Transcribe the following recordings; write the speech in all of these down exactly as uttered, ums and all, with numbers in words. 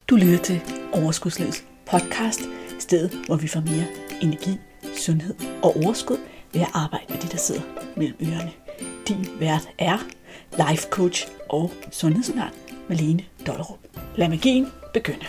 Du lytter til Overskudslivets podcast, stedet hvor vi får mere energi, sundhed og overskud ved at arbejde med de, der sidder mellem ørerne. Din vært er life coach og sundhedsundern Malene Dollerup. Lad magien begynde.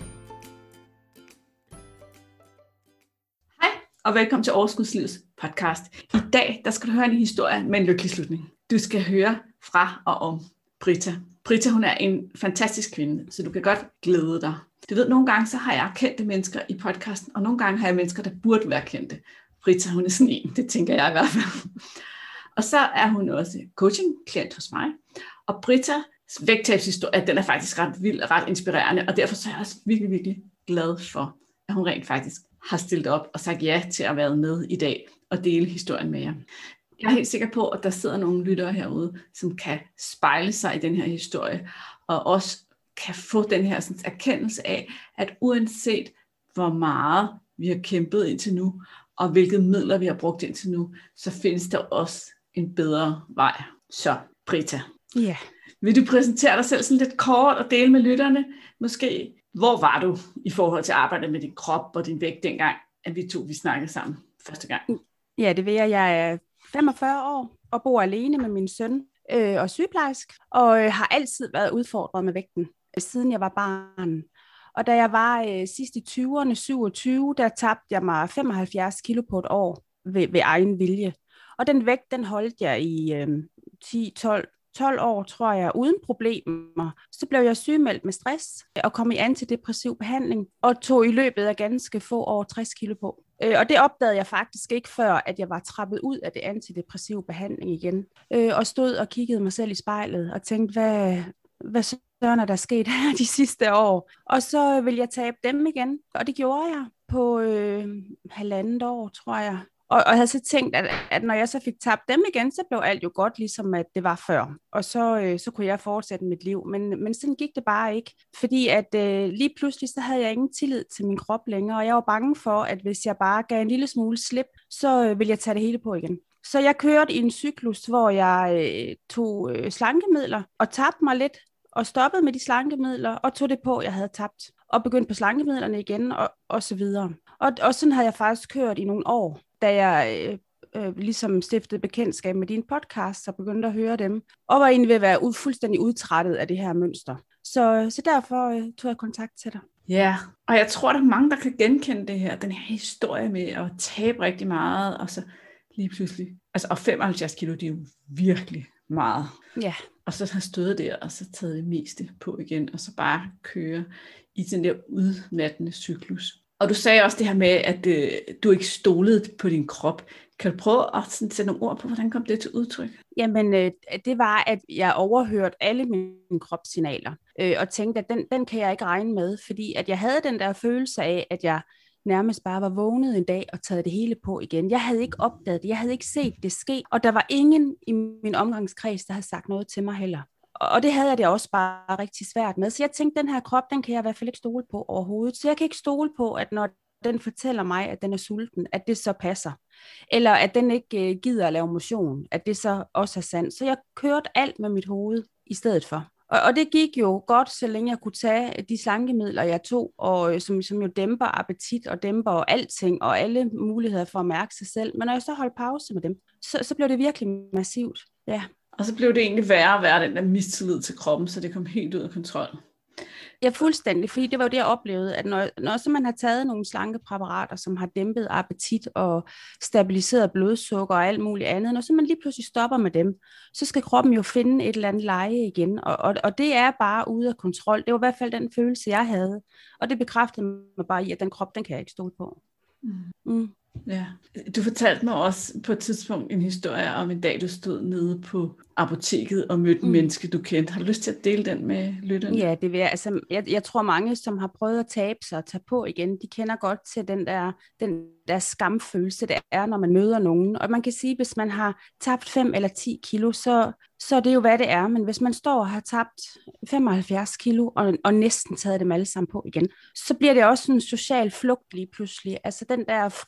Hej og velkommen til Overskudslivets podcast. I dag der skal du høre en historie med en lykkelig slutning. Du skal høre fra og om Britta. Britta, hun er en fantastisk kvinde, så du kan godt glæde dig. Du ved, nogle gange så har jeg kendte mennesker i podcasten, og nogle gange har jeg mennesker, der burde være kendte. Britta, hun er sådan en, det tænker jeg i hvert fald. Og så er hun også coaching-klient hos mig. Og Brittas vægttabshistorie, den er faktisk ret vild og ret inspirerende, og derfor så er jeg også virkelig, virkelig glad for, at hun rent faktisk har stillet op og sagt ja til at være med i dag og dele historien med jer. Jeg er helt sikker på, at der sidder nogle lyttere herude, som kan spejle sig i den her historie, og også kan få den her sådan, erkendelse af, at uanset hvor meget vi har kæmpet indtil nu, og hvilke midler vi har brugt indtil nu, så findes der også en bedre vej. Så, Britta, ja. Vil du præsentere dig selv sådan lidt kort og dele med lytterne? Måske, hvor var du i forhold til at arbejde med din krop og din vægt dengang, at vi to vi snakkede sammen første gang? Ja, det vil jeg. Jeg er femogfyrre år og bor alene med min søn øh, og sygeplejersk, og øh, har altid været udfordret med vægten, siden jeg var barn. Og da jeg var øh, sidst i tyverne, syvogtyve, der tabte jeg mig femoghalvfjerds kilo på et år ved, ved egen vilje. Og den vægt, den holdt jeg i øh, ti, tolv, tolv år, tror jeg, uden problemer. Så blev jeg sygemeldt med stress og kom i antidepressiv behandling, og tog i løbet af ganske få år tres kilo på. Og det opdagede jeg faktisk ikke før, at jeg var trappet ud af det antidepressive behandling igen. Og stod og kiggede mig selv i spejlet og tænkte, hvad, hvad søren er der sket her de sidste år? Og så ville jeg tabe dem igen, og det gjorde jeg på øh, halvandet år, tror jeg. Og, og jeg havde så tænkt, at, at når jeg så fik tabt dem igen, så blev alt jo godt, ligesom at det var før. Og så, øh, så kunne jeg fortsætte mit liv. Men, men sådan gik det bare ikke. Fordi at øh, lige pludselig, så havde jeg ingen tillid til min krop længere. Og jeg var bange for, at hvis jeg bare gav en lille smule slip, så øh, ville jeg tage det hele på igen. Så jeg kørte i en cyklus, hvor jeg øh, tog øh, slankemidler og tabte mig lidt. Og stoppede med de slankemidler og tog det på, jeg havde tabt. Og begyndte på slankemidlerne igen og, og så videre. Og, og sådan havde jeg faktisk kørt i nogle år, da jeg øh, øh, ligesom stiftede bekendtskab med dine podcasts og begyndte at høre dem. Og var egentlig ved at være ud, fuldstændig udtrættet af det her mønster. Så, så derfor øh, tog jeg kontakt til dig. Ja, og jeg tror, der er mange, der kan genkende det her. Den her historie med at tabe rigtig meget, og så lige pludselig. Altså, og femoghalvfjerds kilo, det er jo virkelig meget. Ja. Og så har stået der, og så taget det meste på igen, og så bare køre i den der udmattende cyklus. Og du sagde også det her med, at øh, du ikke stolede på din krop. Kan du prøve at sådan, sætte nogle ord på, hvordan kom det til udtryk? Jamen, øh, det var, at jeg overhørte alle mine kropssignaler, øh, og tænkte, at den, den kan jeg ikke regne med, fordi at jeg havde den der følelse af, at jeg nærmest bare var vågnet en dag og taget det hele på igen. Jeg havde ikke opdaget det, jeg havde ikke set det ske, og der var ingen i min omgangskreds, der havde sagt noget til mig heller. Og det havde jeg det også bare rigtig svært med. Så jeg tænkte, den her krop, den kan jeg i hvert fald ikke stole på overhovedet. Så jeg kan ikke stole på, at når den fortæller mig, at den er sulten, at det så passer. Eller at den ikke gider at lave motion, at det så også er sandt. Så jeg kørte alt med mit hoved i stedet for. Og, og det gik jo godt, så længe jeg kunne tage de slankemidler, jeg tog, og som, som jo dæmper appetit og dæmper og alting, og alle muligheder for at mærke sig selv. Men når jeg så holdt pause med dem, så, så blev det virkelig massivt. Ja. Og så blev det egentlig værre og værre, den der mistillid til kroppen, så det kom helt ud af kontrol. Ja, fuldstændig, fordi det var jo det, jeg oplevede, at når, når så man har taget nogle slankepræparater, som har dæmpet appetit og stabiliseret blodsukker og alt muligt andet, når så man lige pludselig stopper med dem, så skal kroppen jo finde et eller andet leje igen, og, og, og det er bare ude af kontrol. Det var i hvert fald den følelse, jeg havde, og det bekræftede mig bare i, at den krop, den kan jeg ikke stole på. Mm. Mm. Ja. Du fortalte mig også på et tidspunkt en historie om en dag, du stod nede på apoteket og mødte en mm. menneske, du kendte. Har du lyst til at dele den med lytterne? Ja, det vil jeg. Altså, jeg, jeg tror mange, som har prøvet at tabe sig og tage på igen, de kender godt til den der, den der skamfølelse, der er, når man møder nogen. Og man kan sige, hvis man har tabt fem eller ti kilo, så, så er det jo, hvad det er. Men hvis man står og har tabt femoghalvfjerds kilo og, og næsten taget dem alle sammen på igen, så bliver det også en social flugt lige pludselig. Altså den der frygt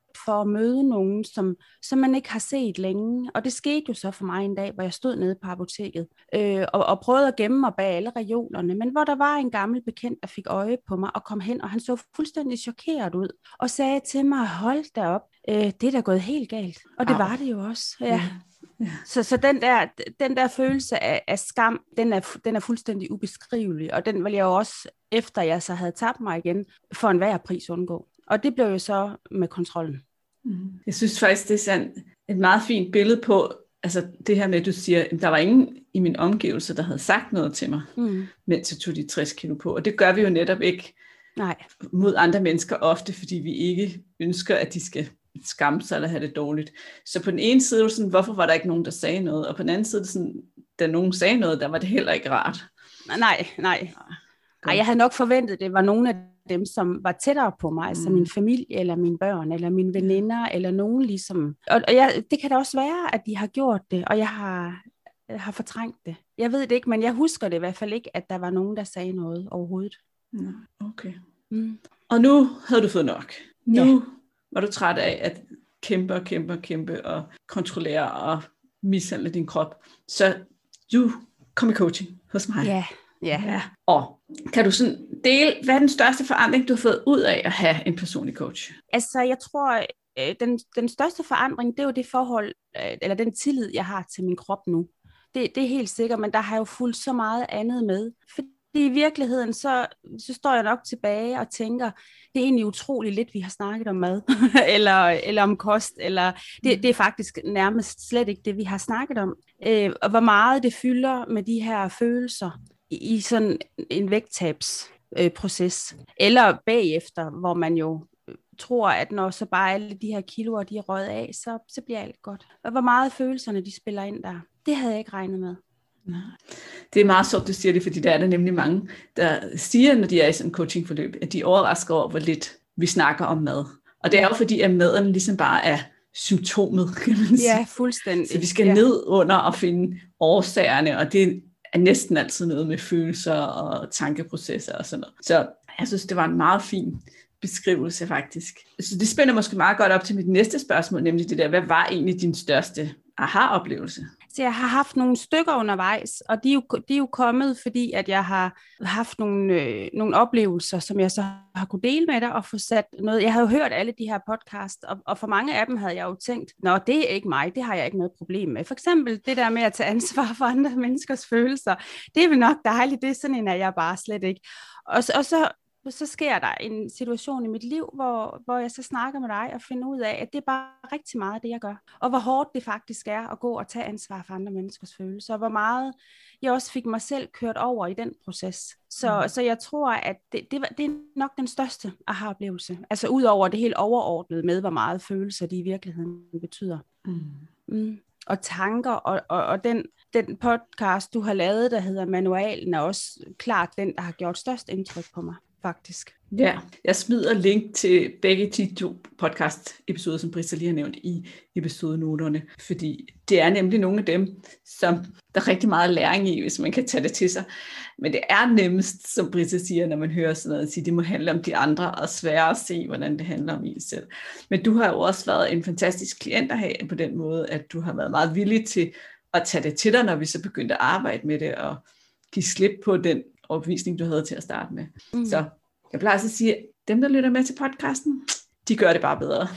for at møde nogen, som, som man ikke har set længe. Og det skete jo så for mig en dag, hvor jeg stod nede på apoteket øh, og, og prøvede at gemme mig bag alle reolerne, men hvor der var en gammel bekendt, der fik øje på mig og kom hen, og han så fuldstændig chokeret ud og sagde til mig, hold da op, øh, det er da gået helt galt. Og det Au. var det jo også. Ja. Ja. Ja. Så, så den, der, den der følelse af, af skam, den er, den er fuldstændig ubeskrivelig, og den vil jeg jo også, efter jeg så havde tabt mig igen, for enhver pris undgå. Og det blev jo så med kontrollen. Jeg synes faktisk, det er sådan et meget fint billede på, altså det her med, at du siger, at der var ingen i min omgivelse, der havde sagt noget til mig, mm. mens jeg tog de tres kilo på. Og det gør vi jo netop ikke Nej. mod andre mennesker ofte, fordi vi ikke ønsker, at de skal skamme sig eller have det dårligt. Så på den ene side er det sådan, hvorfor var der ikke nogen, der sagde noget? Og på den anden side er det sådan, da nogen sagde noget, der var det heller ikke rart. Nej, nej. Ej, jeg havde nok forventet, at det var nogle af dem, som var tættere på mig, mm. altså min familie, eller mine børn, eller mine veninder, eller nogen ligesom. Og, og jeg, det kan da også være, at de har gjort det, og jeg har, jeg har fortrængt det. Jeg ved det ikke, men jeg husker det i hvert fald ikke, at der var nogen, der sagde noget overhovedet. Mm. Okay. Mm. Og nu havde du fået nok. Nu ja. var du træt af at kæmpe og kæmpe og kæmpe og kontrollere og mishandle din krop. Så du kom i coaching hos mig. Ja. Ja. ja. Og kan du sådan dele, hvad er den største forandring, du har fået ud af at have en personlig coach? Altså, jeg tror, den, den største forandring, det er jo det forhold, eller den tillid, jeg har til min krop nu. Det, det er helt sikkert, men der har jo fulgt så meget andet med. Fordi i virkeligheden, så, så står jeg nok tilbage og tænker, det er egentlig utroligt lidt, vi har snakket om mad, eller, eller om kost, eller det, det er faktisk nærmest slet ikke det, vi har snakket om. Øh, og hvor meget det fylder med de her følelser, i sådan en vægttabsproces, øh, eller bagefter, hvor man jo tror, at når så bare alle de her kiloer, de er røget af, så, så bliver alt godt. Og hvor meget følelserne, de spiller ind der, det havde jeg ikke regnet med. Nej. Det er meget sjovt, du siger det, fordi der er der nemlig mange, der siger, når de er i sådan en coachingforløb, at de er overrasket over, hvor lidt vi snakker om mad. Og det er jo fordi, at maden ligesom bare er symptomet, kan man sige. Ja, fuldstændig. Så vi skal ja. ned under og finde årsagerne, og det er næsten altid noget med følelser og tankeprocesser og sådan noget. Så jeg synes, det var en meget fin beskrivelse faktisk. Så det spænder måske meget godt op til mit næste spørgsmål, nemlig det der, hvad var egentlig din største aha-oplevelse? Så jeg har haft nogle stykker undervejs, og de er jo, de er jo kommet, fordi at jeg har haft nogle, øh, nogle oplevelser, som jeg så har kunne dele med dig og få sat noget. Jeg har jo hørt alle de her podcasts, og, og for mange af dem havde jeg jo tænkt, nå, det er ikke mig, det har jeg ikke noget problem med. For eksempel det der med at tage ansvar for andre menneskers følelser, det er vel nok dejligt, det er sådan en, at jeg bare slet ikke. Og, og så så sker der en situation i mit liv, hvor, hvor jeg så snakker med dig og finder ud af, at det er bare rigtig meget det, jeg gør. Og hvor hårdt det faktisk er at gå og tage ansvar for andre menneskers følelser. Og hvor meget jeg også fik mig selv kørt over i den proces. Så, mm. så jeg tror, at det, det, det er nok den største aha-oplevelse. Altså ud over det helt overordnede med, hvor meget følelser de i virkeligheden betyder. Mm. Mm. Og tanker, og, og, og den, den podcast, du har lavet, der hedder Manualen, er også klart den, der har gjort størst indtryk på mig. Faktisk. Ja, jeg smider link til begge de to podcast-episoder, som Britta lige har nævnt i episodenoterne, fordi det er nemlig nogle af dem, som der er rigtig meget læring i, hvis man kan tage det til sig. Men det er nemmest, som Britta siger, når man hører sådan noget, at sige, det må handle om de andre, og sværere at se, hvordan det handler om en selv. Men du har jo også været en fantastisk klient at have på den måde, at du har været meget villig til at tage det til dig, når vi så begyndte at arbejde med det, og give slip på den overbevisning, du havde til at starte med. Mm. Så jeg plejer at sige, at dem, der lytter med til podcasten, de gør det bare bedre.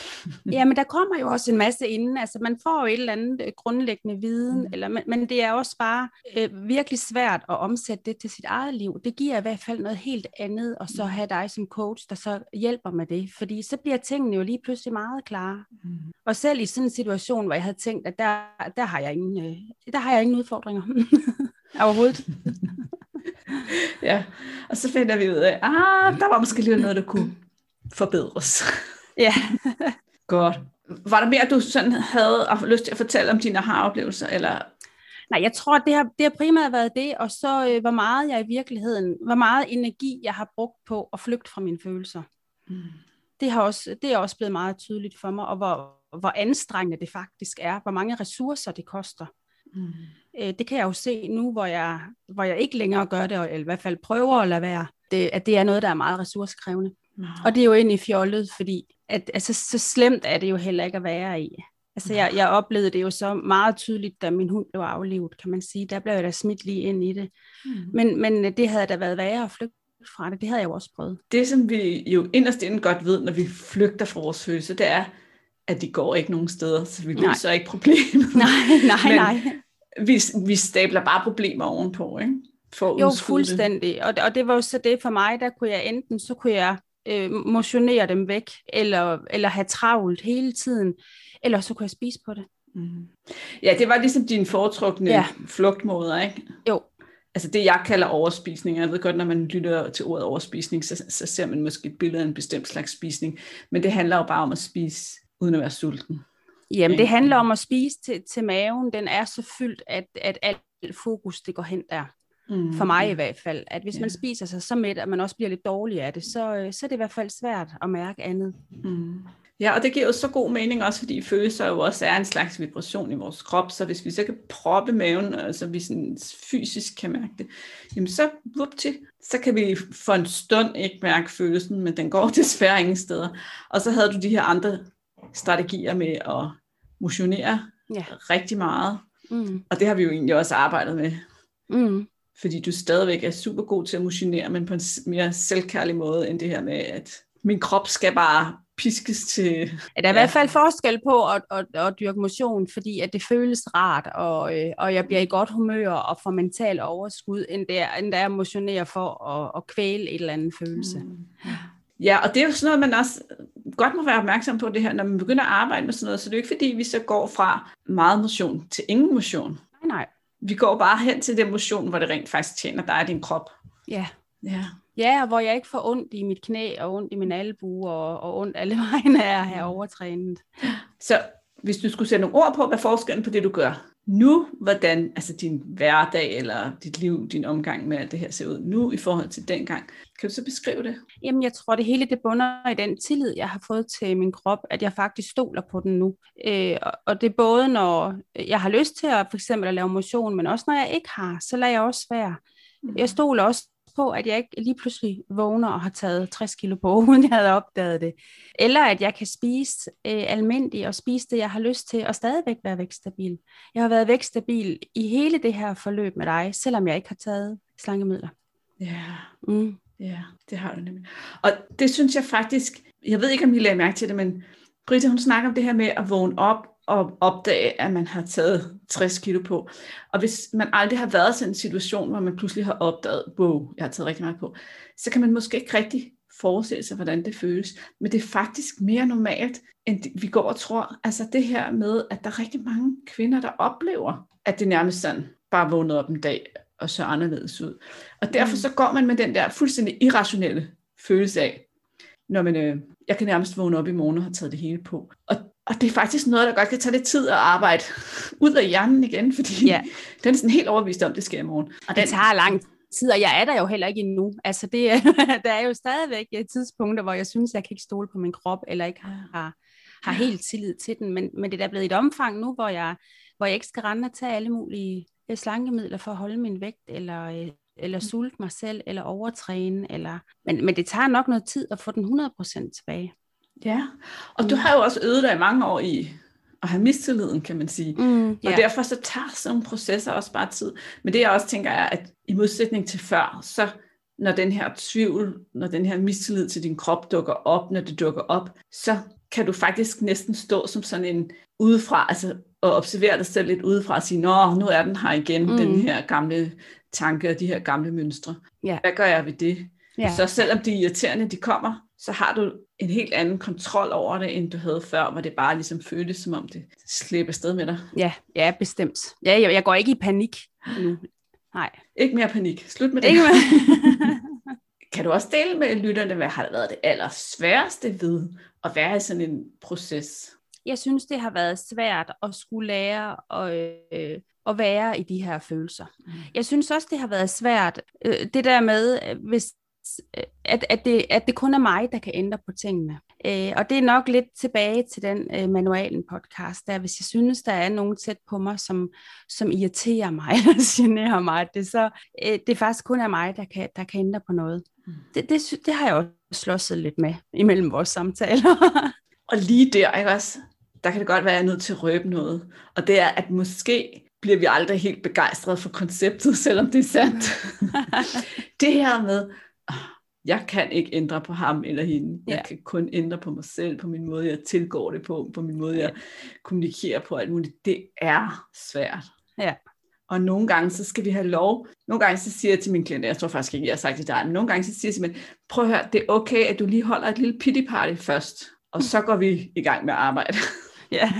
Ja, men der kommer jo også en masse inden. Altså, man får jo et eller andet grundlæggende viden, mm. eller, men, men det er også bare øh, virkelig svært at omsætte det til sit eget liv. Det giver i hvert fald noget helt andet, og så have dig som coach, der så hjælper med det. Fordi så bliver tingene jo lige pludselig meget klare. Mm. Og selv i sådan en situation, hvor jeg havde tænkt, at der, der, har, jeg ingen, øh, der har jeg ingen udfordringer overhovedet. Ja, og så finder vi ud af, ah, der var måske lige noget, der kunne forbedres. Ja. Godt. Var der mere, du sådan havde lyst til at fortælle om dine aha-oplevelser, eller? Nej, jeg tror, det har, det har primært været det, og så øh, hvor meget jeg i virkeligheden, hvor meget energi jeg har brugt på at flygte fra mine følelser. Mm. Det, har også, det er også blevet meget tydeligt for mig, og hvor, hvor anstrengende det faktisk er, hvor mange ressourcer det koster. Mm. Det kan jeg jo se nu, hvor jeg, hvor jeg ikke længere gør det, eller i hvert fald prøver at lade være, det, at det er noget, der er meget ressourcekrævende. Mm. Og det er jo egentlig fjollet, fordi at altså, så slemt er det jo heller ikke at være i. Altså, jeg, jeg oplevede det jo så meget tydeligt, da min hund blev aflivet, kan man sige. Der blev jeg da smidt lige ind i det. Mm. Men, men det havde da været værre at flygte fra det. Det havde jeg jo også prøvet. Det, som vi jo inderst inden godt ved, når vi flygter fra vores følelser, det er, at de går ikke nogen steder, så vi løser ikke problemet. Nej, nej, nej. Vi, vi stabler bare problemer ovenpå, ikke? For at jo, fuldstændig. Det. Og, og det var jo så det for mig, der kunne jeg enten, så kunne jeg øh, motionere dem væk, eller, eller have travlt hele tiden, eller så kunne jeg spise på det. Mm. Ja, det var ligesom dine foretrukne ja. flugtmåder, ikke? Jo. Altså det, jeg kalder overspisning. Jeg ved godt, når man lytter til ordet overspisning, så, så ser man måske et billede af en bestemt slags spisning. Men det handler jo bare om at spise, uden at være sulten. Jamen, det handler om at spise til, til maven. Den er så fyldt, at, at alt fokus, det går hen der. Mm. For mig i hvert fald. At hvis ja. man spiser sig så mæt, at man også bliver lidt dårlig af det, så, så er det i hvert fald svært at mærke andet. Mm. Ja, og det giver jo så god mening også, fordi følelser jo også er en slags vibration i vores krop, så hvis vi så kan proppe maven, altså vi sådan fysisk kan mærke det, jamen så, whoopty, så kan vi for en stund ikke mærke følelsen, men den går desværre ingen steder. Og så havde du de her andre strategier med at motionere ja. rigtig meget, mm. og det har vi jo egentlig også arbejdet med. Mm. Fordi du stadigvæk er super god til at motionere, men på en mere selvkærlig måde, end det her med, at min krop skal bare piskes til... Ja, der er ja. i hvert fald forskel på at, at, at dyrke motion, fordi at det føles rart, og, øh, og jeg bliver i godt humør og får mental overskud, end det er, end det er at motionere for at, at kvæle et eller andet følelse. Mm. Ja, og det er jo sådan noget, man også godt må være opmærksom på det her, når man begynder at arbejde med sådan noget, så det er jo ikke fordi, vi så går fra meget motion til ingen motion. Nej, nej. Vi går bare hen til den motion, hvor det rent faktisk tjener dig og din krop. Ja. Ja. Ja, og hvor jeg ikke får ondt i mit knæ og ondt i min albue og, og ondt alle vegne af at have overtrænet. Så hvis du skulle sætte nogle ord på, hvad forskellen på det, du gør nu, hvordan altså din hverdag eller dit liv, din omgang med alt det her ser ud nu i forhold til dengang, kan du så beskrive det? Jamen, jeg tror, det hele det bunder i den tillid, jeg har fået til min krop, at jeg faktisk stoler på den nu. Øh, og det er både, når jeg har lyst til at for eksempel at lave motion, men også når jeg ikke har, så lader jeg også være. Jeg stoler også på, at jeg ikke lige pludselig vågner og har taget tres kilo på, uden jeg havde opdaget det. Eller at jeg kan spise øh, almindeligt og spise det, jeg har lyst til, og stadigvæk være vækststabil. Jeg har været vækststabil i hele det her forløb med dig, selvom jeg ikke har taget slankemidler. Ja, mm. ja, det har du nemlig. Og det synes jeg faktisk, jeg ved ikke, om I lagde mærke til det, men Britta, hun snakker om det her med at vågne op og opdage, at man har taget tres kilo på. Og hvis man aldrig har været i sådan en situation, hvor man pludselig har opdaget, wow, jeg har taget rigtig meget på, så kan man måske ikke rigtig forestille sig, hvordan det føles. Men det er faktisk mere normalt, end vi går og tror. Altså det her med, at der er rigtig mange kvinder, der oplever, at det nærmest sådan bare vågnet op en dag og så anderledes ud. Og derfor så går man med den der fuldstændig irrationelle følelse af, når man, øh, jeg kan nærmest vågne op i morgen og have taget det hele på. Og Og det er faktisk noget, der godt kan tage lidt tid at arbejde ud af hjernen igen, fordi ja. den er sådan helt overbevist om, det sker i morgen. Og den det tager lang tid, og jeg er der jo heller ikke endnu. Altså det, der er jo stadigvæk tidspunkter, hvor jeg synes, jeg kan ikke stole på min krop, eller ikke har, har helt tillid til den. Men, men det er da blevet et omfang nu, hvor jeg, hvor jeg ikke skal rende og tage alle mulige slankemidler for at holde min vægt, eller, eller sulte mig selv, eller overtræne. Eller... Men, men det tager nok noget tid at få den hundrede procent tilbage. Ja, og du har jo også øvet dig i mange år i at have mistilliden, kan man sige. Mm, yeah. Og derfor så tager sådan nogle processer også bare tid. Men det jeg også tænker er, at i modsætning til før, så når den her tvivl, når den her mistillid til din krop dukker op, når det dukker op, så kan du faktisk næsten stå som sådan en udefra, altså og observere dig selv lidt udefra og sige, nå, nu er den her igen, mm. den her gamle tanke og de her gamle mønstre. Yeah. Hvad gør jeg ved det? Yeah. Så selvom de irriterende, de kommer, så har du en helt anden kontrol over det, end du havde før, hvor det bare ligesom føltes, som om det slipper afsted med dig. Ja, ja, bestemt. Ja, jeg, jeg går ikke i panik nu. Nej. Ikke mere panik. Slut med det. Ikke Kan du også dele med lytterne, hvad har det været det allersværeste ved at være i sådan en proces? Jeg synes, det har været svært at skulle lære at, øh, at være i de her følelser. Mm. Jeg synes også, det har været svært, øh, det der med, hvis At, at, det, at det kun er mig, der kan ændre på tingene. Øh, og det er nok lidt tilbage til den øh, manualen podcast, der hvis jeg synes, der er nogen tæt på mig, som, som irriterer mig, eller generer mig, det, så, øh, det er faktisk kun er mig, der kan, der kan ændre på noget. det, det, det har jeg også slåsset lidt med imellem vores samtaler. Og lige der, ikke også? Der kan det godt være, at jeg er nødt til at røbe noget. Og det er, at måske bliver vi aldrig helt begejstret for konceptet, selvom det er sandt. Det her med, jeg kan ikke ændre på ham eller hende. Jeg ja. kan kun ændre på mig selv, på min måde, jeg tilgår det på, på min måde, jeg ja. kommunikerer på, alt muligt. Det er svært. Ja. Og nogle gange, så skal vi have lov. Nogle gange, så siger jeg til mine klienter, jeg tror faktisk ikke, jeg har sagt det til dig, men nogle gange, så siger jeg simpelthen, prøv at høre, det er okay, at du lige holder et lille pity party først, og så går vi i gang med at arbejde. Ja.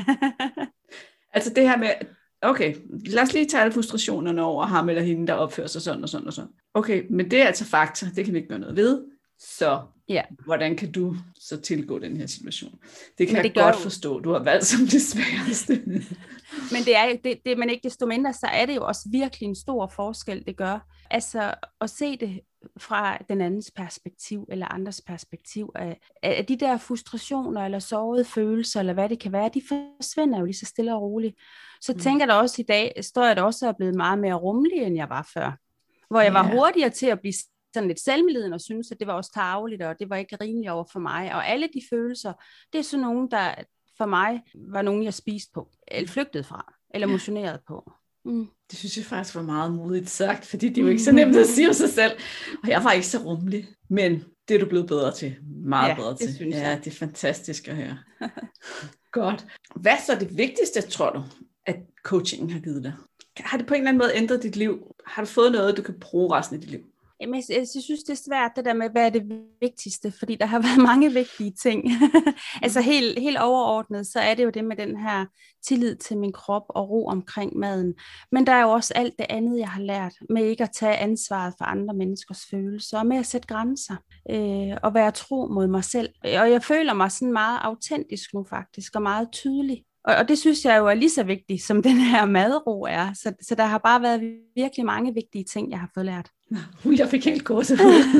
Altså det her med, okay, lad os lige tage alle frustrationerne over ham eller hende, der opfører sig sådan og sådan og sådan. Okay, men det er altså fakta, det kan vi ikke gøre noget ved. Så ja. hvordan kan du så tilgå den her situation? Det kan det jeg godt jo. forstå, du har valgt som det sværeste. Men det er jo, det, det, men ikke desto mindre, så er det jo også virkelig en stor forskel, det gør. Altså at se det fra den andens perspektiv, eller andres perspektiv, af, af de der frustrationer, eller sårede følelser, eller hvad det kan være, de forsvinder jo lige så stille og roligt. Så mm. tænker jeg da også i dag, står jeg da også er blevet meget mere rummelig, end jeg var før. Hvor jeg var hurtigere til at blive sådan lidt selvmedliden, og synes, at det var også tarveligt, og det var ikke rimeligt over for mig. Og alle de følelser, det er sådan nogle, der for mig var nogen, jeg spiste på, eller flygtede fra, eller motionerede på. Mm. Det synes jeg faktisk var meget modigt sagt, fordi det er jo ikke så nemt at sige om sig selv. Og jeg var ikke så rummelig, men det er du blevet bedre til. Meget ja, bedre til. Det synes ja, jeg. det er fantastisk at høre. Godt. Hvad så er det vigtigste, tror du, at coachingen har givet dig? Har det på en eller anden måde ændret dit liv? Har du fået noget, du kan bruge resten af dit liv? Jamen, jeg, jeg synes, det er svært, det der med, hvad er det vigtigste, fordi der har været mange vigtige ting. Altså helt, helt overordnet, så er det jo det med den her tillid til min krop og ro omkring maden. Men der er jo også alt det andet, jeg har lært, med ikke at tage ansvaret for andre menneskers følelser, og med at sætte grænser, øh, og være tro mod mig selv. Og jeg føler mig sådan meget autentisk nu faktisk, og meget tydelig. Og, og det synes jeg jo er lige så vigtigt, som den her madro er. Så, så der har bare været virkelig mange vigtige ting, jeg har fået lært. Jeg fik helt gåsehud.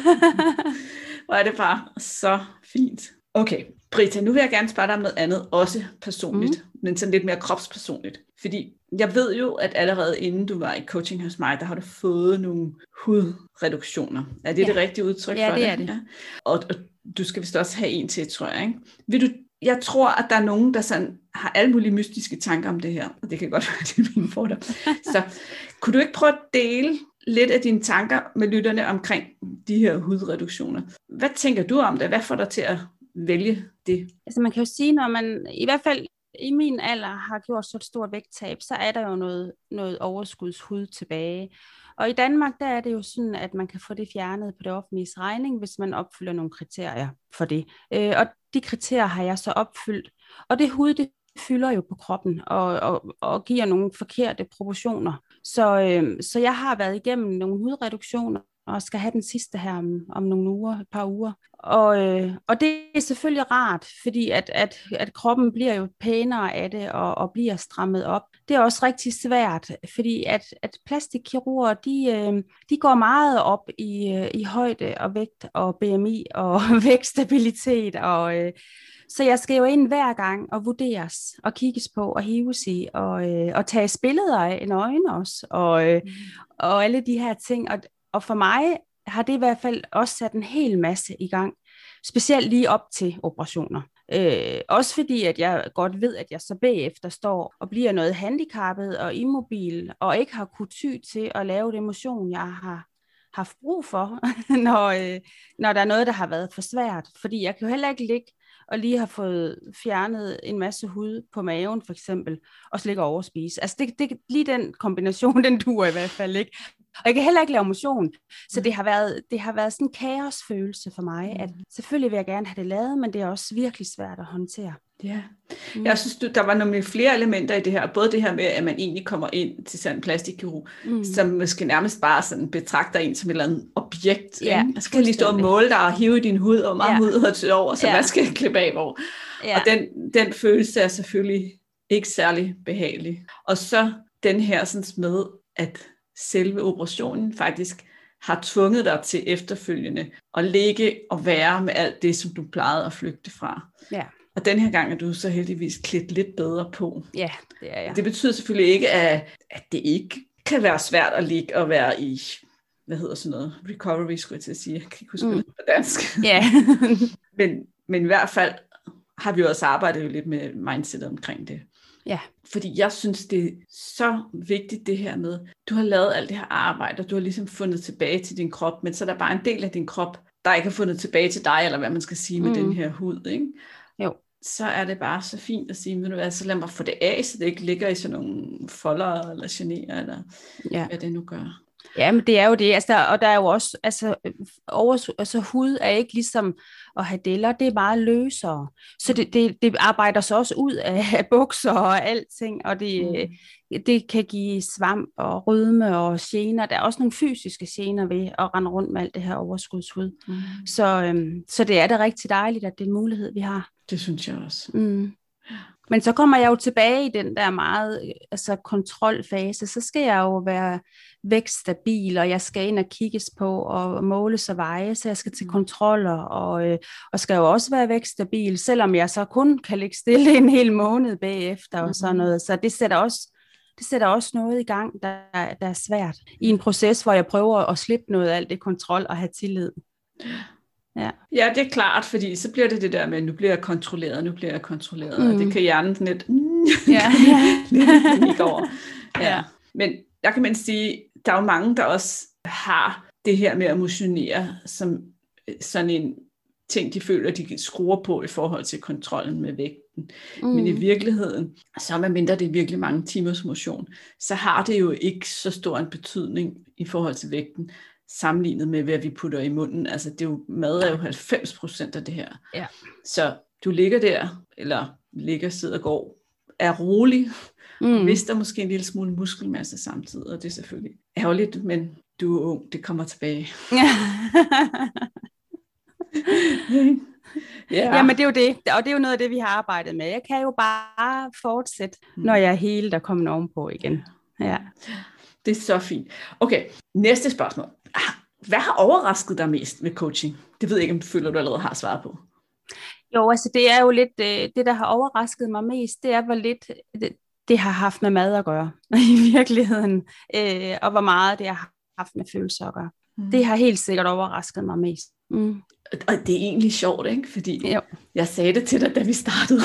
Hvor er det bare så fint. Okay, Britta, nu vil jeg gerne spørge dig om noget andet, også personligt, mm. men sådan lidt mere kropspersonligt. Fordi jeg ved jo, at allerede inden du var i coaching hos mig, der har du fået nogle hudreduktioner. Er det ja. det rigtige udtryk ja, for det? Ja, det er det. Ja. Og, og du skal vist også have en til, tror jeg, ikke? Vil du Jeg tror, at der er nogen, der sådan har alle mulige mystiske tanker om det her, og det kan godt være, det er mine fordomme. Så kunne du ikke prøve at dele lidt af dine tanker med lytterne omkring de her hudreduktioner? Hvad tænker du om det? Hvad får dig til at vælge det? Altså man kan jo sige, når man i hvert fald i min alder har gjort så et stort vægttab, så er der jo noget, noget overskudshud tilbage. Og i Danmark, der er det jo sådan, at man kan få det fjernet på det offentliges regning, hvis man opfylder nogle kriterier for det. Øh, og de kriterier har jeg så opfyldt. Og det hud, det fylder jo på kroppen og, og, og giver nogle forkerte proportioner. Så, øh, så jeg har været igennem nogle hudreduktioner, og skal have den sidste her om, om nogle uger, et par uger. Og, øh, og det er selvfølgelig rart, fordi at, at, at kroppen bliver jo pænere af det, og, og bliver strammet op. Det er også rigtig svært, fordi at, at plastikkirurger, de, øh, de går meget op i, i højde og vægt og B M I og vægtstabilitet. Og, øh, så jeg skal jo ind hver gang og vurderes og kigges på og hives i og, øh, og tages billeder af en øjne også, og, øh, mm. og alle de her ting. Og, og for mig har det i hvert fald også sat en hel masse i gang, specielt lige op til operationer. Øh, også fordi, at jeg godt ved, at jeg så bagefter står og bliver noget handicappet og immobil, og ikke har kunnet ty til at lave det motion, jeg har haft brug for, når, øh, når der er noget, der har været for svært. Fordi jeg kan jo heller ikke ligge og lige have fået fjernet en masse hud på maven, for eksempel, og slet ikke overspise. Altså det, det, lige den kombination, den duer i hvert fald ikke. Og jeg kan heller ikke lave motion. Så det har været, det har været sådan en kaosfølelse for mig, at selvfølgelig vil jeg gerne have det lavet, men det er også virkelig svært at håndtere. Ja, mm. jeg synes, der var nogle flere elementer i det her. Både det her med, at man egentlig kommer ind til sådan en plastikkirurg, mm. som måske nærmest bare sådan betragter en som et eller andet objekt. Ja, og så kan jeg lige stå og måle dig og hive din hud, og meget ja. hud har til over, så ja. hvad skal jeg klippe af hvor? Ja. Og den, den følelse er selvfølgelig ikke særlig behagelig. Og så den her sådan med, at selve operationen faktisk har tvunget dig til efterfølgende at ligge og være med alt det, som du plejede at flygte fra. Ja. Og den her gang er du så heldigvis klædt lidt bedre på. Ja, det er jeg. Det betyder selvfølgelig ikke, at, at det ikke kan være svært at ligge og være i hvad hedder sådan noget, recovery, skulle jeg til at sige, jeg kan ikke huske, Mm. hvad det er på dansk. Ja. men, men i hvert fald har vi også arbejdet jo lidt med mindsetet omkring det. Ja. Fordi jeg synes, det er så vigtigt det her med, du har lavet alt det her arbejde, og du har ligesom fundet tilbage til din krop, men så er der bare en del af din krop, der ikke har fundet tilbage til dig, eller hvad man skal sige med mm. den her hud, ikke? Jo. Så er det bare så fint at sige, ved du hvad, så lad mig få det af, så det ikke ligger i sådan nogle folder, eller generer, eller ja. hvad det nu gør. Ja, men det er jo det, altså, der, og der er jo også, altså, over, altså hud er ikke ligesom at have deller, det er meget løsere, så det, det, det arbejder så også ud af, af bukser og alting, og det, mm. det kan give svamp og rødme og gener, der er også nogle fysiske gener ved at rende rundt med alt det her overskudshud, mm. så, øhm, så det er da rigtig dejligt, at det er en mulighed, vi har. Det synes jeg også. Mm. Men så kommer jeg jo tilbage i den der meget altså kontrolfase, så skal jeg jo være vækststabil, og jeg skal ind og kigges på og måles og veje, så jeg skal til kontroller, og, øh, og skal jo også være vækststabil, selvom jeg så kun kan ligge stille en hel måned bagefter og sådan noget, så det sætter også, det sætter også noget i gang, der, der er svært, i en proces, hvor jeg prøver at slippe noget af alt det kontrol og have tillid. Ja. ja, det er klart, fordi så bliver det det der med, nu bliver jeg kontrolleret, nu bliver jeg kontrolleret, mm. og det kan hjernen sådan lidt, mm, ja, ja. lidt over. Ja. Ja. Men jeg kan man sige, der er jo mange, der også har det her med at motionere som sådan en ting, de føler, de skruer på i forhold til kontrollen med vægten. Mm. Men i virkeligheden, så medmindre det er virkelig mange timers motion, så har det jo ikke så stor en betydning i forhold til vægten, sammenlignet med, hvad vi putter i munden. Altså, det er jo, mad er jo halvfems procent af det her. Ja. Så du ligger der, eller ligger, sidder, går, er rolig, mm. mister måske en lille smule muskelmasse samtidig, og det er selvfølgelig ærgerligt, men du er ung, det kommer tilbage. Ja. Ja. Ja, men det er jo det, og det er jo noget af det, vi har arbejdet med. Jeg kan jo bare fortsætte, mm. når jeg er hele, der kommer ovenpå igen. Ja. Det er så fint. Okay, næste spørgsmål. Hvad har overrasket dig mest med coaching? Det ved jeg ikke, om du føler, du allerede har svaret på. Jo, altså det er jo lidt, det der har overrasket mig mest, det er, hvor lidt det, det har haft med mad at gøre i virkeligheden, øh, og hvor meget det har haft med følelser at gøre. Mm. Det har helt sikkert overrasket mig mest. Mm. Og det er egentlig sjovt, ikke? Fordi jo. Jeg sagde det til dig, da vi startede.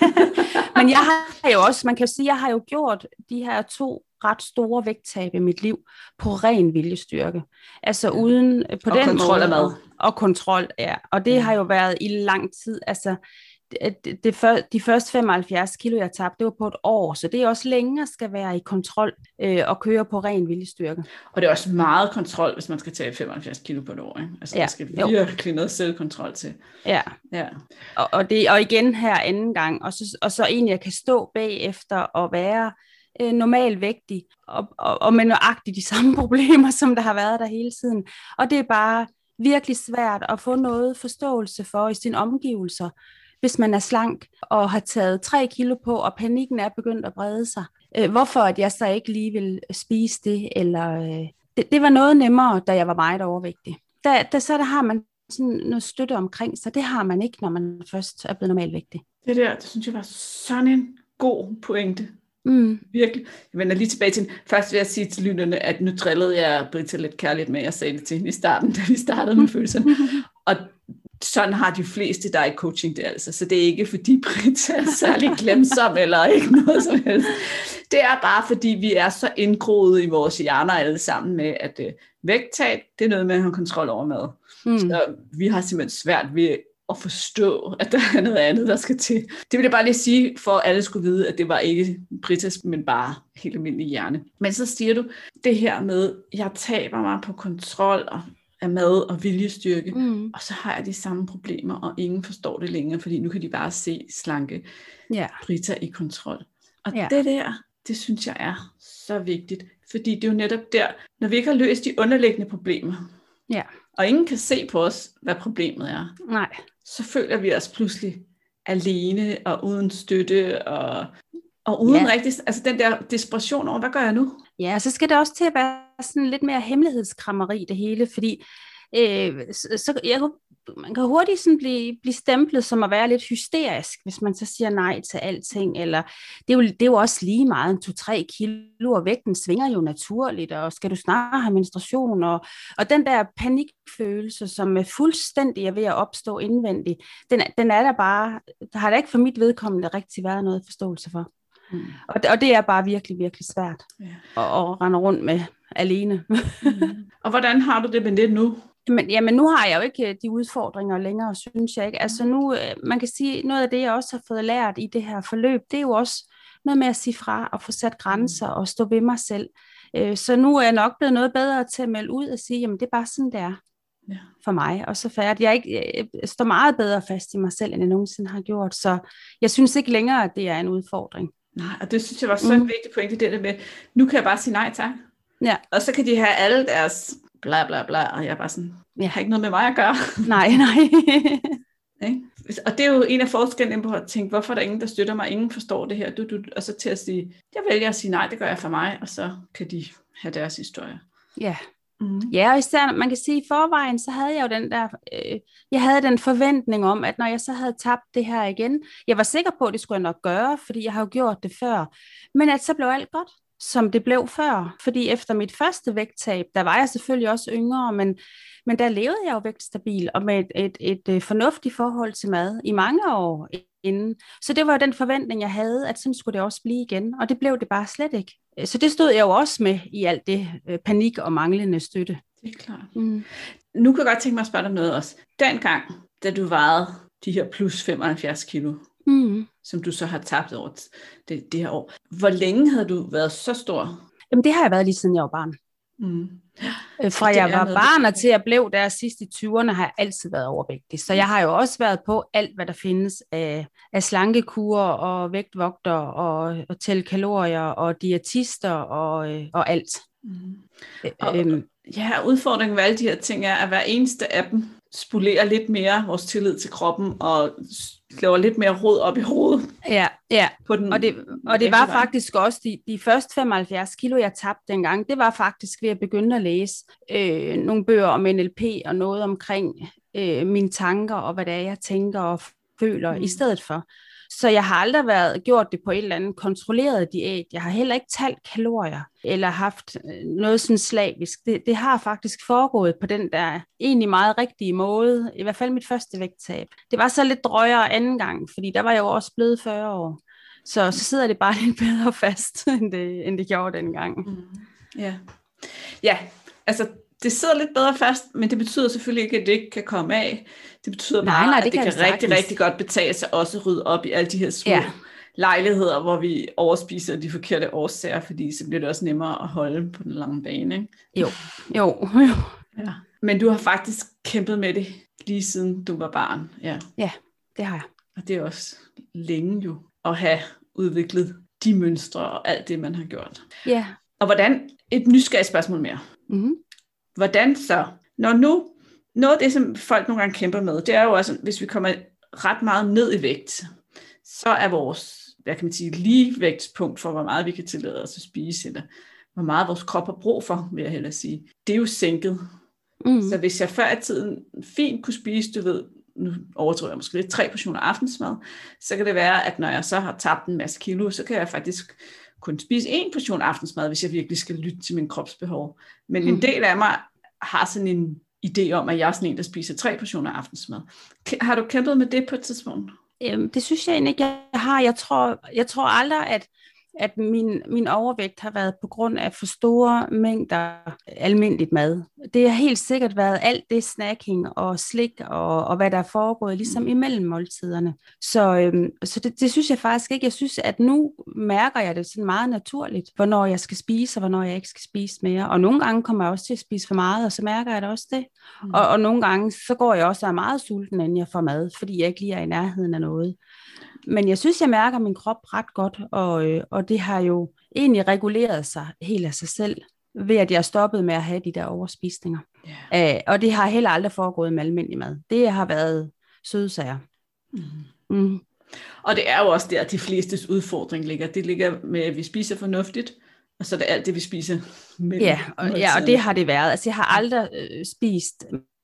Men jeg har jo også, man kan jo sige, jeg har jo gjort de her to ret store vægttab i mit liv på ren viljestyrke. Altså ja. uden på og den kontrol måde. Af mad. Og kontrol, ja. Og det ja. har jo været i lang tid. Altså det, det før, de første femoghalvfjerds kilo, jeg tabte, det var på et år, så det er også længere skal være i kontrol øh, og køre på ren viljestyrke. Og det er også meget kontrol, hvis man skal tage femoghalvfjerds kilo på et år. Ikke? Altså ja. Der skal virkelig noget selvkontrol til. Ja, ja. Og, og, det, og igen her anden gang, og så, og så egentlig jeg kan stå bagefter og være øh, normalvægtig, og, og, og med nøjagtigt de samme problemer, som der har været der hele tiden. Og det er bare virkelig svært at få noget forståelse for i sine omgivelser, hvis man er slank og har taget tre kilo på, og panikken er begyndt at brede sig. Øh, hvorfor at jeg så ikke lige vil spise det, eller øh, det, det var noget nemmere, da jeg var meget overvægtig. Da, da, så der har man sådan noget støtte omkring sig. Det har man ikke, når man først er blevet normalvægtig. Det der, det synes jeg var sådan en god pointe. Mm. Virkelig. Jeg vender lige tilbage til den. Først vil jeg sige til lytterne, at nu drillede jeg Britta lidt kærligt med, jeg sagde det til hende i starten, da vi startede med følelserne. Og sådan har de fleste, der er i coaching det altså. Så det er ikke fordi Britta er særlig glemsom eller ikke noget som helst. Det er bare fordi vi er så indgroet i vores hjerner alle sammen med, at øh, vægttab, det er noget med at have kontrol over mad. Mm. Så vi har simpelthen svært ved at forstå, at der er noget andet, der skal til. Det vil jeg bare lige sige, for at alle skulle vide, at det var ikke Brittas, men bare helt almindelig hjerne. Men så siger du det her med, at jeg taber mig på kontrol og af mad og viljestyrke, mm. og så har jeg de samme problemer, og ingen forstår det længere, fordi nu kan de bare se slanke yeah. Britta i kontrol. Og yeah. det der, det synes jeg er så vigtigt, fordi det er jo netop der, når vi ikke har løst de underliggende problemer, yeah. og ingen kan se på os, hvad problemet er, Nej. Så føler vi os pludselig alene, og uden støtte, og, og uden yeah. rigtig, altså den der desperation over, hvad gør jeg nu? Ja, så skal det også til at være sådan lidt mere hemmelighedskrammeri det hele, fordi øh, så, så jeg kunne man kan hurtigt sådan blive, blive stemplet som at være lidt hysterisk, hvis man så siger nej til alting, eller det er jo, det er jo også lige meget, en to-tre kilo, og vægten svinger jo naturligt, og skal du snart have menstruation, og, og den der panikfølelse, som er fuldstændig er ved at opstå indvendigt, den, den er der bare, der har der ikke for mit vedkommende rigtig været noget forståelse for. Mm. Og, og det er bare virkelig, virkelig svært ja. at, at rende rundt med alene. mm. Og hvordan har du det med det nu? Men, jamen nu har jeg jo ikke de udfordringer længere, synes jeg ikke. Altså nu, man kan sige, noget af det, jeg også har fået lært i det her forløb, det er jo også noget med at sige fra og få sat grænser og stå ved mig selv. Så nu er jeg nok blevet noget bedre til at melde ud og sige, jamen det er bare sådan, det er ja. for mig. Og så færdigt. Jeg, ikke, jeg står meget bedre fast i mig selv, end jeg nogensinde har gjort. Så jeg synes ikke længere, at det er en udfordring. Nej, og det synes jeg var så en mm. vigtig pointe, det der med, nu kan jeg bare sige nej tak. Ja. Og så kan de have alle deres bla bla bla, og jeg er bare sådan, jeg har ikke noget med mig at gøre. Nej, nej. Og det er jo en af forskellene på at tænke, hvorfor er der ingen, der støtter mig, ingen forstår det her, du, du, og så til at sige, jeg vælger at sige nej, det gør jeg for mig, og så kan de have deres historie. Ja. Mm. Ja, og især, man kan sige, i forvejen, så havde jeg jo den der, øh, jeg havde den forventning om, at når jeg så havde tabt det her igen, jeg var sikker på, at det skulle jeg nok gøre, fordi jeg har jo gjort det før, men at så blev alt godt, som det blev før, fordi efter mit første vægttab, der var jeg selvfølgelig også yngre, men, men der levede jeg jo vægtstabil, og med et, et, et, et fornuftigt forhold til mad i mange år inden, så det var jo den forventning, jeg havde, at sådan skulle det også blive igen, og det blev det bare slet ikke. Så det stod jeg jo også med i alt det øh, panik og manglende støtte. Det er klart. Mm. Nu kan jeg godt tænke mig at spørge dig noget også. Dengang, da du vejede de her plus femoghalvfjerds kilo, mm. som du så har tabt over det, det her år, hvor længe havde du været så stor? Jamen det har jeg været lige siden jeg var barn. Mm. Fra jeg var barn og til jeg blev der sidst i tyverne, har jeg altid været overvægtig. Så jeg har jo også været på alt, hvad der findes af, af slankekurer og vægtvogter og, og tælle kalorier og diætister og, og alt. Mm. Og, øhm. Ja, udfordringen med alle de her ting er, at hver eneste af dem spolerer lidt mere vores tillid til kroppen og laver lidt mere rod op i hovedet. Ja, ja. På den og det, og det var faktisk også de, de første femoghalvfjerds kilo, jeg tabte dengang, det var faktisk ved at begynde at læse øh, nogle bøger om N L P og noget omkring øh, mine tanker og hvad det er, jeg tænker og føler mm. i stedet for. Så jeg har aldrig været gjort det på et eller andet kontrolleret diæt. Jeg har heller ikke talt kalorier eller haft noget sådan slavisk. Det, det har faktisk foregået på den der egentlig meget rigtige måde. I hvert fald mit første vægttab. Det var så lidt drøjere anden gang, fordi der var jeg jo også blevet fyrre år. Så, så sidder det bare lidt bedre fast, end det, end det gjorde dengang. Mm. Ja. Ja, altså det sidder lidt bedre fast, men det betyder selvfølgelig ikke, at det ikke kan komme af. Det betyder bare, nej, nej, det at det kan, kan rigtig, rigtig godt betale sig også at rydde op i alle de her små ja. lejligheder, hvor vi overspiser de forkerte årsager, fordi så bliver det også nemmere at holde på den lange bane. Ikke? Jo, jo, jo. Ja. Men du har faktisk kæmpet med det lige siden du var barn. Ja, ja det har jeg. Og det er også længe jo at have udviklet de mønstre og alt det, man har gjort. Ja. Og hvordan, et nysgerrigt spørgsmål mere. Mm-hmm. Hvordan så, når nu, noget af det, som folk nogle gange kæmper med, det er jo også, hvis vi kommer ret meget ned i vægt, så er vores, hvad kan man sige, ligevægtspunkt for, hvor meget vi kan tillade os at spise, eller hvor meget vores krop har brug for, vil jeg hellere sige, det er jo sænket. Mm. Så hvis jeg før i tiden fint kunne spise, du ved, nu overdriver jeg måske lidt, tre portioner aftensmad, så kan det være, at når jeg så har tabt en masse kilo, så kan jeg faktisk kun spise en portion aftensmad, hvis jeg virkelig skal lytte til min kropsbehov. Men mm. en del af mig har sådan en idé om, at jeg er sådan en, der spiser tre portioner aftensmad. Har du kæmpet med det på et tidspunkt? Øhm, det synes jeg egentlig ikke, jeg har. Jeg tror, jeg tror aldrig, at, at min, min overvægt har været på grund af for store mængder almindeligt mad. Det har helt sikkert været alt det snacking og slik og, og hvad der er foregået, ligesom imellem måltiderne. Så, øhm, så det, det synes jeg faktisk ikke. Jeg synes, at nu mærker jeg det sådan meget naturligt, hvornår jeg skal spise, og hvornår jeg ikke skal spise mere. Og nogle gange kommer jeg også til at spise for meget, og så mærker jeg det også det. Mm. Og, og nogle gange, så går jeg også og er meget sulten, inden jeg får mad, fordi jeg ikke lige er i nærheden af noget. Men jeg synes, jeg mærker min krop ret godt, og, øh, og det har jo egentlig reguleret sig helt af sig selv, ved at jeg er stoppet med at have de der overspisninger. Yeah. Æh, og det har heller aldrig foregået med almindelig mad. Det har været sødsager. Mm. Mm. Og det er jo også der, at de flestes udfordring ligger. Det ligger med, at vi spiser fornuftigt, og så er det alt det, vi spiser mellem. Ja, og, ja, og det har det været. Altså, jeg har aldrig øh, spist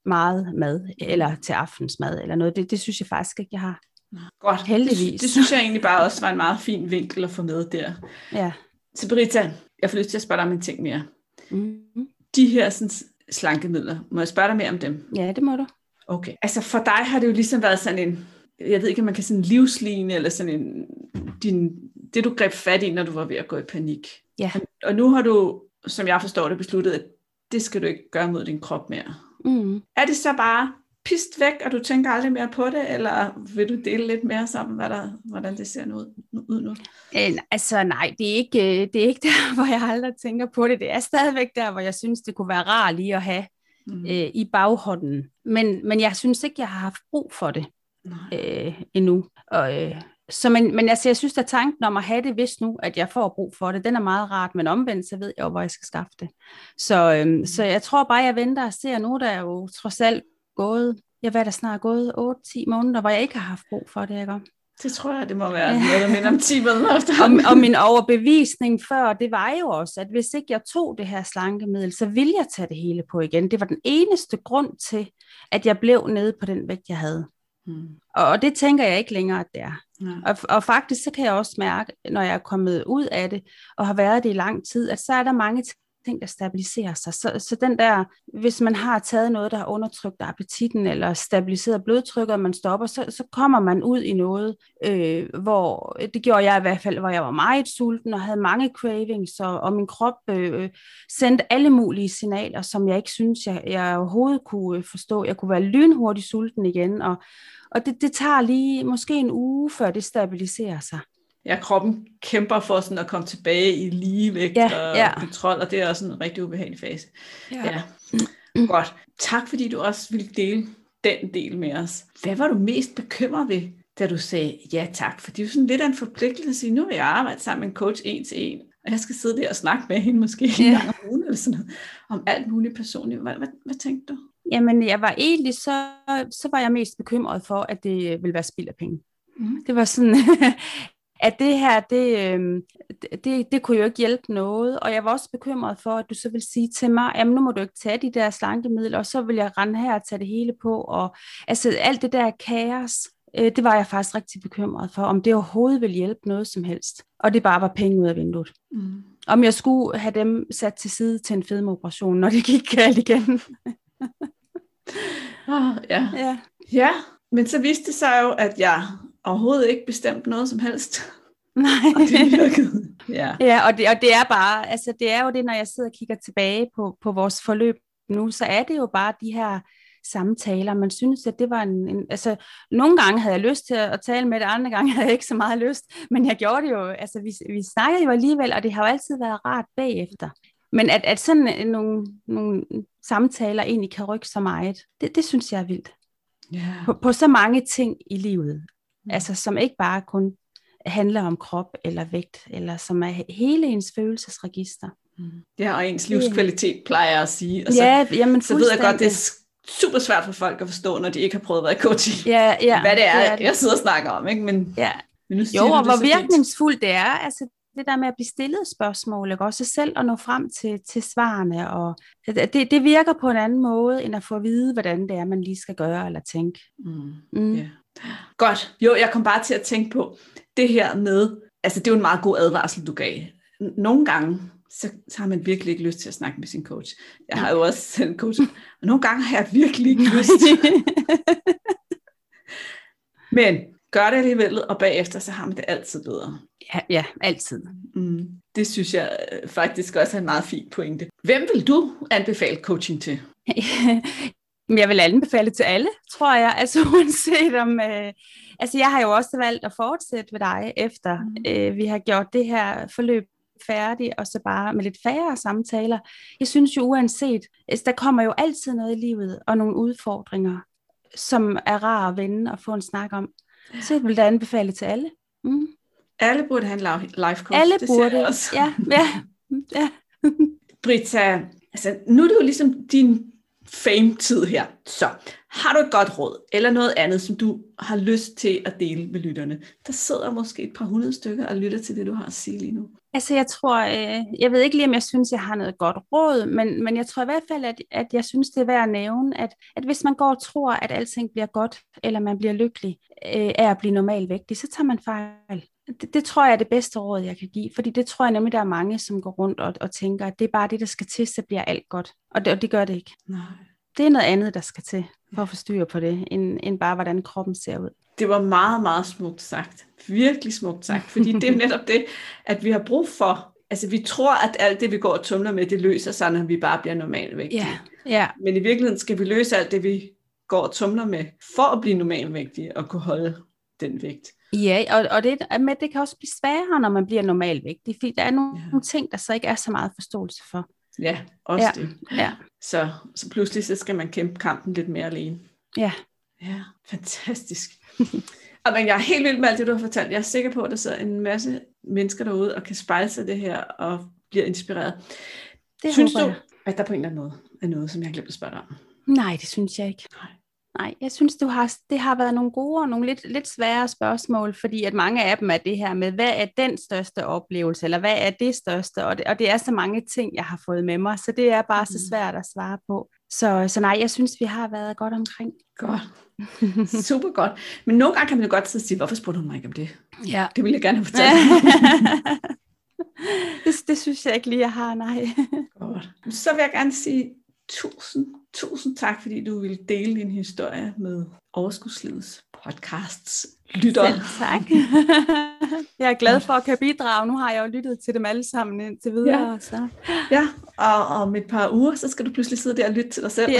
meget mad, eller til aftensmad, eller noget. Det, det synes jeg faktisk ikke, jeg har. Godt. Heldigvis. Det, det synes jeg egentlig bare også var en meget fin vinkel at få med der. Ja. Så Britta, jeg får lyst til at spørge dig om en ting mere. Mm-hmm. De her sådan, slankemidler, må jeg spørge dig mere om dem? Ja, det må du. Okay. Altså for dig har det jo ligesom været sådan en, jeg ved ikke, om man kan sådan en livsline, eller sådan en, din, det du greb fat i, når du var ved at gå i panik. Ja. Og nu har du, som jeg forstår det, besluttet, at det skal du ikke gøre mod din krop mere. Mm. Er det så bare pist væk, og du tænker aldrig mere på det, eller vil du dele lidt mere sammen, hvad der, hvordan det ser ud, ud nu? Øh, altså nej, det er, ikke, det er ikke der, hvor jeg aldrig tænker på det. Det er stadigvæk der, hvor jeg synes, det kunne være rart lige at have mm. øh, i baghånden. Men, men jeg synes ikke, jeg har haft brug for det øh, endnu. Og, øh, så, men men altså, jeg synes, at tanken om at have det, hvis nu, at jeg får brug for det, den er meget rart, men omvendt, så ved jeg jo, hvor jeg skal skaffe det. Så, øh, mm. så jeg tror bare, jeg venter og ser nu, der er jo trods alt gået, jeg var der snart gået otte til ti måneder, hvor jeg ikke har haft brug for det, ikke? Det tror jeg, det må være noget, der minder om ti måneder efter. og, og min overbevisning før, det var jo også, at hvis ikke jeg tog det her slankemiddel, så ville jeg tage det hele på igen. Det var den eneste grund til, at jeg blev nede på den vægt, jeg havde. Hmm. Og, og det tænker jeg ikke længere, at det er. Ja. Og, og faktisk så kan jeg også mærke, når jeg er kommet ud af det, og har været det i lang tid, at så er der mange ting, der stabiliserer sig. Så, så den der, hvis man har taget noget, der har undertrykt appetitten, eller stabiliseret blodtrykket, og man stopper, så, så kommer man ud i noget, øh, hvor, det gjorde jeg i hvert fald, hvor jeg var meget sulten, og havde mange cravings, og, og min krop øh, sendte alle mulige signaler, som jeg ikke synes, jeg, jeg overhovedet kunne forstå. Jeg kunne være lynhurtigt sulten igen, og, og det, det tager lige måske en uge, før det stabiliserer sig. Ja, kroppen kæmper for sådan at komme tilbage i ligevægt ja, og ja. kontrol, og det er også en rigtig ubehagelig fase. Ja. Ja. Godt. Tak fordi du også ville dele den del med os. Hvad var du mest bekymret ved, da du sagde ja tak? For det er jo sådan lidt af en forpligtelse at sige, nu vil jeg arbejde sammen med en coach en til en, og jeg skal sidde der og snakke med hende måske ja. en gang om ugen, eller sådan noget, om alt muligt personligt. Hvad, hvad, hvad tænkte du? Jamen, jeg var egentlig så, så var jeg mest bekymret for, at det ville være spild af penge. Mm. Det var sådan... at det her, det, det, det kunne jo ikke hjælpe noget, og jeg var også bekymret for, at du så vil sige til mig, jamen nu må du ikke tage de der slankemidler, og så vil jeg rende her og tage det hele på, og altså alt det der kaos, det var jeg faktisk rigtig bekymret for, om det overhovedet ville hjælpe noget som helst, og det bare var penge ud af vinduet. Mm. Om jeg skulle have dem sat til side til en fedmeoperation, når det gik galt igen. oh, ja. ja. Ja, men så viste det sig jo, at jeg overhovedet ikke bestemt noget som helst. Nej. Og det virkede. Ja, ja og, det, og det er bare, altså det er jo det, når jeg sidder og kigger tilbage på, på vores forløb nu, så er det jo bare de her samtaler. Man synes, at det var en, en, altså nogle gange havde jeg lyst til at tale med det, andre gange havde jeg ikke så meget lyst, men jeg gjorde det jo, altså vi, vi snakkede jo alligevel, og det har jo altid været rart bagefter. Men at, at sådan nogle, nogle samtaler egentlig kan rykke så meget, det, det synes jeg er vildt. Yeah. På, på så mange ting i livet. Altså som ikke bare kun handler om krop eller vægt, eller som er hele ens følelsesregister. Mm. Ja, og ens livskvalitet plejer jeg at sige. Og så, ja, jamen, så ved jeg godt, det er super svært for folk at forstå, når de ikke har prøvet at være coaching. Ja, ja, hvad det er, det er det. Jeg sidder og snakker om. Ikke? Men, ja. men nu jo, og hvor virkningsfuldt fint. det er, altså det der med at blive stillet spørgsmål, ikke? Også selv at nå frem til, til svarene, og det, det virker på en anden måde, end at få at vide, hvordan det er, man lige skal gøre eller tænke. Mm. Mm. Yeah. Godt. Jo, jeg kom bare til at tænke på det her med, altså det er jo en meget god advarsel, du gav. Nogle gange, så, så har man virkelig ikke lyst til at snakke med sin coach. Jeg har jo også selv en coach, og nogle gange har jeg virkelig ikke lyst. Men gør det alligevel, og bagefter, så har man det altid bedre. Ja, ja altid. Mm, det synes jeg faktisk også er en meget fin pointe. Hvem vil du anbefale coaching til? Jeg vil anbefale til alle, tror jeg. Altså uanset om... Øh, altså jeg har jo også valgt at fortsætte ved dig, efter mm. øh, vi har gjort det her forløb færdigt, og så bare med lidt færre samtaler. Jeg synes jo uanset, altså, der kommer jo altid noget i livet, og nogle udfordringer, som er rare at vende og få en snak om. Så jeg vil da anbefale til alle. Mm. Alle burde have en life coach. Alle det burde, ja. ja, ja. Britta, altså nu er det jo ligesom din fame-tid her. Så Har du et godt råd, eller noget andet, som du har lyst til at dele med lytterne? Der sidder måske et par hundrede stykker og lytter til det, du har at sige lige nu. Altså jeg tror, øh, jeg ved ikke lige, om jeg synes, jeg har noget godt råd, men, men jeg tror i hvert fald, at, at jeg synes, det er værd at nævne, at, at hvis man går og tror, at alting bliver godt, eller man bliver lykkelig øh, af at blive normalvægtig, så tager man fejl. Det, det tror jeg er det bedste råd, jeg kan give, fordi det tror jeg nemlig, der er mange, som går rundt og, og tænker, at det er bare det, der skal til, så bliver alt godt. Og det, og det gør det ikke. Nej. Det er noget andet, der skal til for at få styr på det, end, end bare, hvordan kroppen ser ud. Det var meget, meget smukt sagt. Virkelig smukt sagt. Fordi det er netop det, at vi har brug for. Altså vi tror, at alt det, vi går og tumler med, det løser sig, når vi bare bliver normalvægtige. Ja, ja. Men i virkeligheden skal vi løse alt det, vi går og tumler med, for at blive normalvægtige og kunne holde den vægt. Ja, og, og det, men det kan også blive sværere, når man bliver normalvægtig, fordi der er nogle Ja. ting, der så ikke er så meget forståelse for. Ja, også Ja, det. ja. Så, så pludselig så skal man kæmpe kampen lidt mere alene. Ja. Ja, fantastisk. Og men jeg er helt vild med alt det, du har fortalt. Jeg er sikker på, at der sidder en masse mennesker derude og kan spejle sig det her og bliver inspireret. Det Synes håber du, jeg. at der på en eller anden måde er noget, som jeg har glemt at spørge dig om? Nej, det synes jeg ikke. Nej. Nej, jeg synes, du har, det har været nogle gode og nogle lidt, lidt svære spørgsmål, fordi at mange af dem er det her med, hvad er den største oplevelse, eller hvad er det største, og det, og det er så mange ting, jeg har fået med mig, så det er bare så svært at svare på. Så, så nej, jeg synes, vi har været godt omkring. Godt. Super godt. Men nogle gange kan man jo godt sige, hvorfor spurgte hun mig ikke om det? Ja. Det vil jeg gerne have fortalt. det, det synes jeg ikke lige, jeg har, nej. Godt. Så vil jeg gerne sige tusind, tusind tak, fordi du ville dele din historie med Overskudslivets podcasts lyttere. Selv tak. Jeg er glad for at kan bidrage. Nu har jeg jo lyttet til dem alle sammen indtil videre. Ja, så. ja. Og om et par uger, så skal du pludselig sidde der og lytte til dig selv. Ja.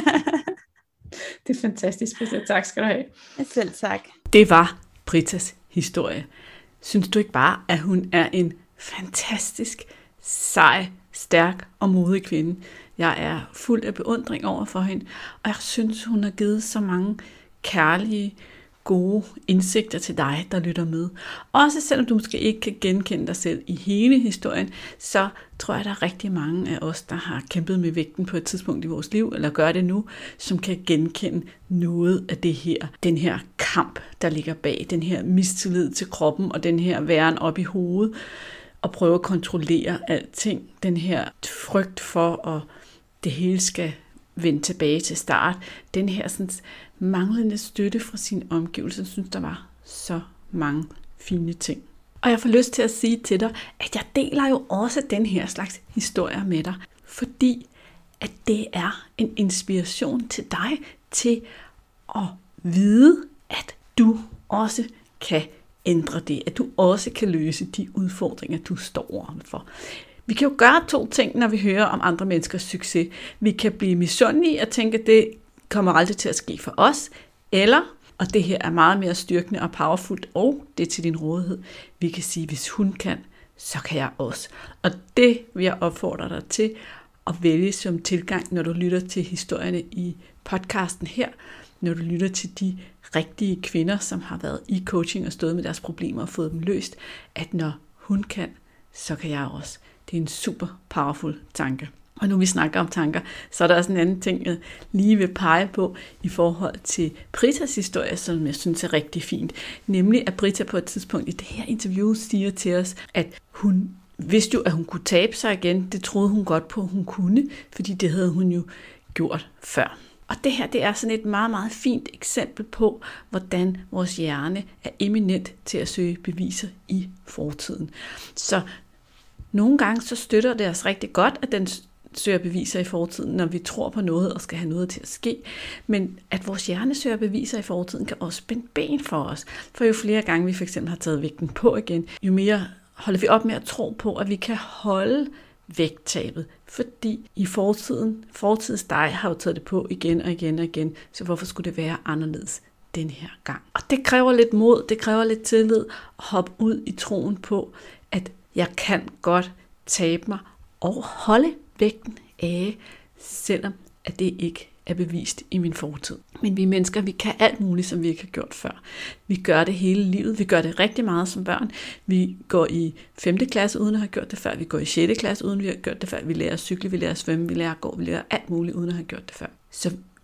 Det er fantastisk, Britta. Tak skal du have. Selv tak. Det var Britas historie. Synes du ikke bare, at hun er en fantastisk, sej, stærk og modig kvinde? Jeg er fuld af beundring over for hende, og jeg synes, hun har givet så mange kærlige, gode indsigter til dig, der lytter med. Også selvom du måske ikke kan genkende dig selv i hele historien, så tror jeg, der er rigtig mange af os, der har kæmpet med vægten på et tidspunkt i vores liv, eller gør det nu, som kan genkende noget af det her, den her kamp, der ligger bag, den her mistillid til kroppen, og den her væren op i hovedet, og prøve at kontrollere alting, den her frygt for, at det hele skal vende tilbage til start, den her sådan, manglende støtte fra sine omgivelser, jeg synes, der var så mange fine ting. Og jeg får lyst til at sige til dig, at jeg deler jo også den her slags historier med dig, fordi at det er en inspiration til dig til at vide, at du også kan ændre det, at du også kan løse de udfordringer, du står overfor. Vi kan jo gøre to ting, når vi hører om andre menneskers succes. Vi kan blive misundelige og tænke, at det kommer aldrig til at ske for os, eller, og det her er meget mere styrkende og powerfult, og det er til din rådighed, vi kan sige, hvis hun kan, så kan jeg også. Og det vil jeg opfordre dig til at vælge som tilgang, når du lytter til historierne i podcasten her, når du lytter til de rigtige kvinder, som har været i coaching og stået med deres problemer og fået dem løst, at når hun kan, så kan jeg også. Det er en super powerful tanke. Og nu vi snakker om tanker, så er der også en anden ting, jeg lige vil pege på i forhold til Britas historie, som jeg synes er rigtig fint. Nemlig at Brita på et tidspunkt i det her interview siger til os, at hun vidste jo, at hun kunne tabe sig igen. Det troede hun godt på, at hun kunne, fordi det havde hun jo gjort før. Og det her, det er sådan et meget, meget fint eksempel på, hvordan vores hjerne er eminent til at søge beviser i fortiden. Så nogle gange så støtter det os rigtig godt, at den søger beviser i fortiden, når vi tror på noget og skal have noget til at ske. Men at vores hjerne søger beviser i fortiden, kan også spænde ben for os. For jo flere gange vi for eksempel har taget vægten på igen, jo mere holder vi op med at tro på, at vi kan holde vægttabet. Fordi i fortiden, fortidens dig har jo taget det på igen og igen og igen, så hvorfor skulle det være anderledes den her gang? Og det kræver lidt mod, det kræver lidt tillid at hoppe ud i troen på, at jeg kan godt tabe mig og holde vægten af, selvom at det ikke er bevist i min fortid. Men vi mennesker, vi kan alt muligt, som vi ikke har gjort før. Vi gør det hele livet. Vi gør det rigtig meget som børn. Vi går i femte klasse uden at have gjort det før. Vi går i sjette klasse uden at have gjort det før. Vi lærer at cykle, vi lærer at svømme, vi lærer at gå, vi lærer alt muligt uden at have gjort det før. Så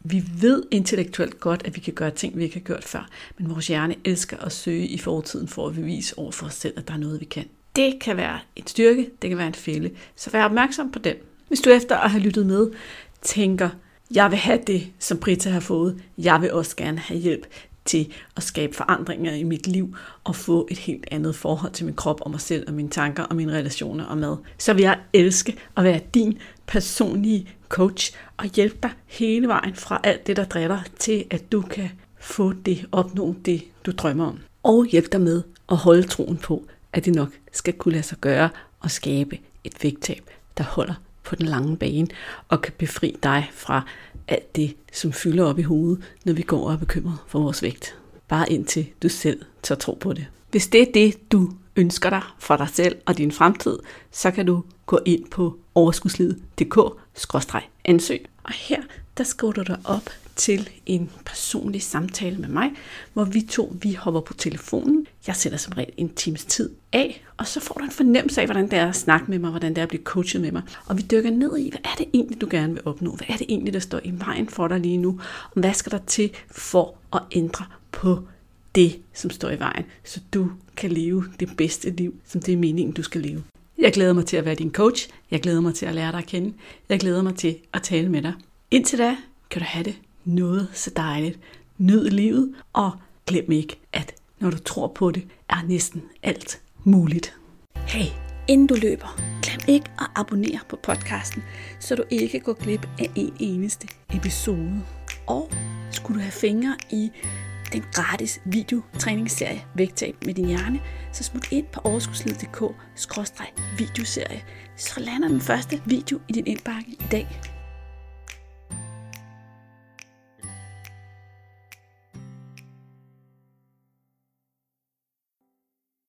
Vi ved intellektuelt godt, at vi kan gøre ting, vi ikke har gjort før, men vores hjerne elsker at søge i fortiden for at bevise over for os selv, at der er noget, vi kan. Det kan være en styrke, det kan være en fælde, så vær opmærksom på den. Hvis du efter at have lyttet med tænker, jeg vil have det, som Britta har fået, jeg vil også gerne have hjælp til at skabe forandringer i mit liv og få et helt andet forhold til min krop og mig selv og mine tanker og mine relationer og mad, så vil jeg elske at være din personlige coach og hjælpe dig hele vejen fra alt det, der drætter, til at du kan få det, opnå det, du drømmer om. Og hjælpe dig med at holde troen på, at det nok skal kunne lade sig gøre og skabe et vægttab, der holder på den lange bane og kan befri dig fra alt det, som fylder op i hovedet, når vi går og er bekymret for vores vægt. Bare indtil du selv tør tro på det. Hvis det er det, du ønsker dig for dig selv og din fremtid, så kan du gå ind på overskudslivet punktum d k skråstreg ansøg. Og her, der skriver du dig op til en personlig samtale med mig, hvor vi to, vi hopper på telefonen. Jeg sætter som regel en times tid af, og så får du en fornemmelse af, hvordan det er at snakke med mig, hvordan det er at blive coachet med mig. Og vi dykker ned i, hvad er det egentlig, du gerne vil opnå? Hvad er det egentlig, der står i vejen for dig lige nu? Og hvad skal der til for at ændre på det, som står i vejen, så du kan leve det bedste liv, som det er meningen, du skal leve. Jeg glæder mig til at være din coach. Jeg glæder mig til at lære dig at kende. Jeg glæder mig til at tale med dig. Indtil da kan du have det noget så dejligt. Nyd livet, og glem ikke, at når du tror på det, er næsten alt muligt. Hey, inden du løber, glem ikke at abonnere på podcasten, så du ikke går glip af en eneste episode. Og skulle du have fingre i den gratis videotræningsserie Vægttab med din hjerne, så smut ind på overskudslivet punktum d k skråstreg videoserie, så lander den første video i din indbakke i dag.